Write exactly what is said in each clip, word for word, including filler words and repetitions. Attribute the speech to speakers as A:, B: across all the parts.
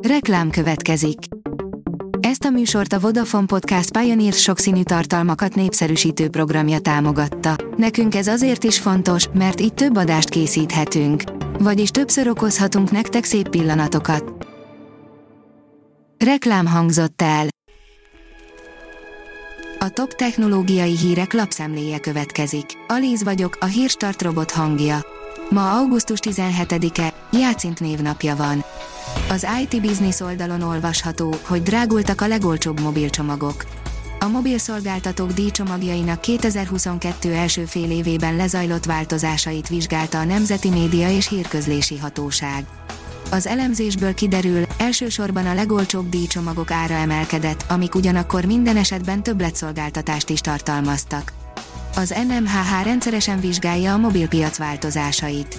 A: Reklám következik. Ezt a műsort a Vodafone Podcast Pioneer sokszínű tartalmakat népszerűsítő programja támogatta. Nekünk ez azért is fontos, mert így több adást készíthetünk. Vagyis többször okozhatunk nektek szép pillanatokat. Reklám hangzott el. A top technológiai hírek lapszemléje következik. Alíz vagyok, a Hírstart robot hangja. Ma augusztus tizenhetedike, Jácint névnapja van. Az i té Business oldalon olvasható, hogy drágultak a legolcsóbb mobilcsomagok. A mobilszolgáltatók díjcsomagjainak kétezer-huszonkettő első fél évében lezajlott változásait vizsgálta a Nemzeti Média és Hírközlési Hatóság. Az elemzésből kiderül, elsősorban a legolcsóbb díjcsomagok ára emelkedett, amik ugyanakkor minden esetben többletszolgáltatást is tartalmaztak. Az en em há há rendszeresen vizsgálja a mobilpiac változásait.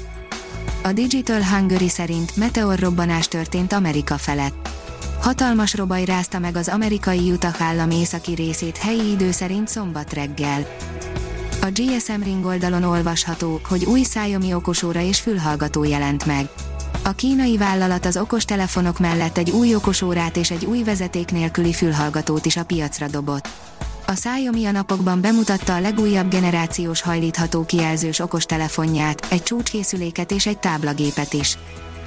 A: A Digital Hungary szerint meteorrobbanás történt Amerika felett. Hatalmas robaj rázta meg az amerikai Utah állam északi részét helyi idő szerint szombat reggel. A gé es em Ring oldalon olvasható, hogy új Xiaomi okosóra és fülhallgató jelent meg. A kínai vállalat az okostelefonok mellett egy új okosórát és egy új vezeték nélküli fülhallgatót is a piacra dobott. A Xiaomi a napokban bemutatta a legújabb generációs hajlítható kijelzős okostelefonját, egy csúcskészüléket és egy táblagépet is.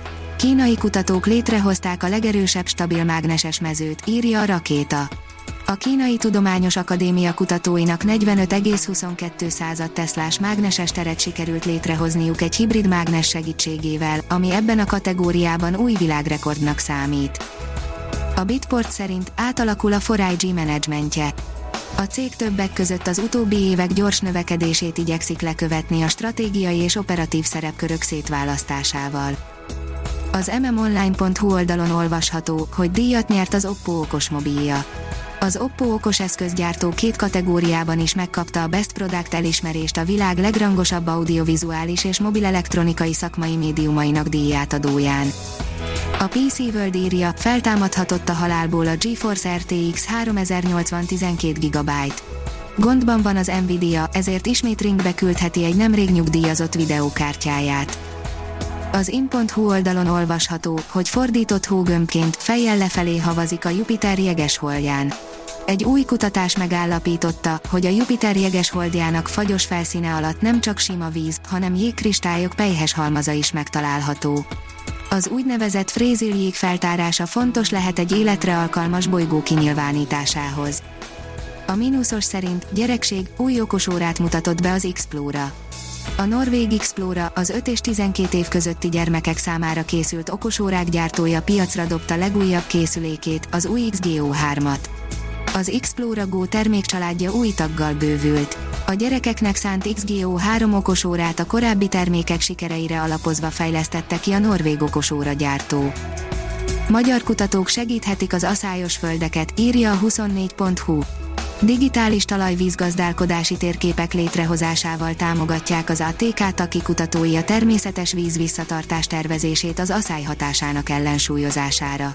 A: Kínai kutatók létrehozták a legerősebb stabil mágneses mezőt, írja a Rakéta. A Kínai Tudományos Akadémia kutatóinak negyvenöt egész huszonkettő teszlás mágneses teret sikerült létrehozniuk egy hibrid mágnes segítségével, ami ebben a kategóriában új világrekordnak számít. A Bitport szerint átalakul a négy G menedzsmentje. A cég többek között az utóbbi évek gyors növekedését igyekszik lekövetni a stratégiai és operatív szerepkörök szétválasztásával. Az em em online pont hu oldalon olvasható, hogy díjat nyert az Oppo okosmobilja. Az Oppo okoseszközgyártó két kategóriában is megkapta a Best Product elismerést a világ legrangosabb audiovizuális és mobilelektronikai szakmai médiumainak díjátadóján. A pé cé World írja, feltámadhatott a halálból a GeForce er té iksz háromezer-nyolcvan tizenkét gigabyte. Gondban van az Nvidia, ezért ismét ringbe küldheti egy nemrég nyugdíjazott videókártyáját. Az in pont hu oldalon olvasható, hogy fordított hógömbként fejjel lefelé havazik a Jupiter jegesholdján. Egy új kutatás megállapította, hogy a Jupiter jegesholdjának fagyos felszíne alatt nem csak sima víz, hanem jégkristályok pelyhes halmaza is megtalálható. Az úgynevezett Frésil jég feltárása fontos lehet egy életre alkalmas bolygó kinyilvánításához. A mínuszos szerint gyerekség új okosórát mutatott be az Xplora. A norvég Xplora, az öt és tizenkét év közötti gyermekek számára készült okosórák gyártója piacra dobta legújabb készülékét, az új iksz gé ó hármat. Az Xplora Go termékcsaládja új taggal bővült. A gyerekeknek szánt iksz gé ó három okosórát a korábbi termékek sikereire alapozva fejlesztette ki a norvég okosóra gyártó. Magyar kutatók segíthetik az aszályos földeket, írja a huszonnégy pont hu. Digitális talajvízgazdálkodási térképek létrehozásával támogatják az á té ká Taki kutatói a természetes víz visszatartás tervezését az aszály hatásának ellensúlyozására.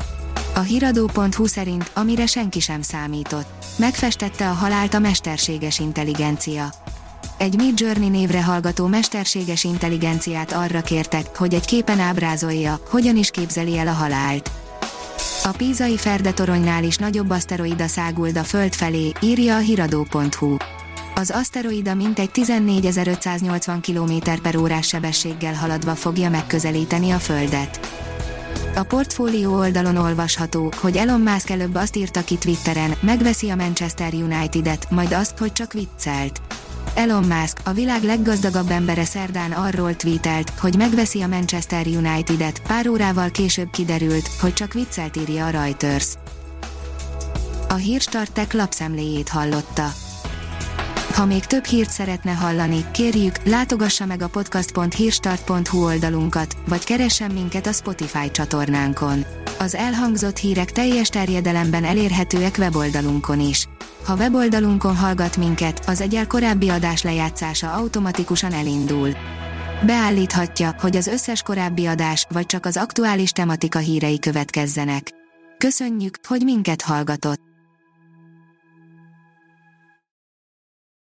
A: A hiradó pont hu szerint, amire senki sem számított, megfestette a halált a mesterséges intelligencia. Egy Midjourney névre hallgató mesterséges intelligenciát arra kértek, hogy egy képen ábrázolja, hogyan is képzeli el a halált. A pízai Ferde-toronynál is nagyobb aszteroida száguld a Föld felé, írja a hiradó pont hu. Az aszteroida mintegy tizennégyezer-ötszáznyolcvan kilométer per órás sebességgel haladva fogja megközelíteni a Földet. A portfólió oldalon olvasható, hogy Elon Musk előbb azt írta ki Twitteren, megveszi a Manchester United-et, majd azt, hogy csak viccelt. Elon Musk, a világ leggazdagabb embere szerdán arról tweetelt, hogy megveszi a Manchester United-et, pár órával később kiderült, hogy csak viccelt, írja a Reuters. A Hírstart Tech lapszemléjét hallotta. Ha még több hírt szeretne hallani, kérjük, látogassa meg a podcast pont hírstart pont hu oldalunkat, vagy keressen minket a Spotify csatornánkon. Az elhangzott hírek teljes terjedelemben elérhetőek weboldalunkon is. Ha weboldalunkon hallgat minket, az egyel korábbi adás lejátszása automatikusan elindul. Beállíthatja, hogy az összes korábbi adás, vagy csak az aktuális tematika hírei következzenek. Köszönjük, hogy minket hallgatott!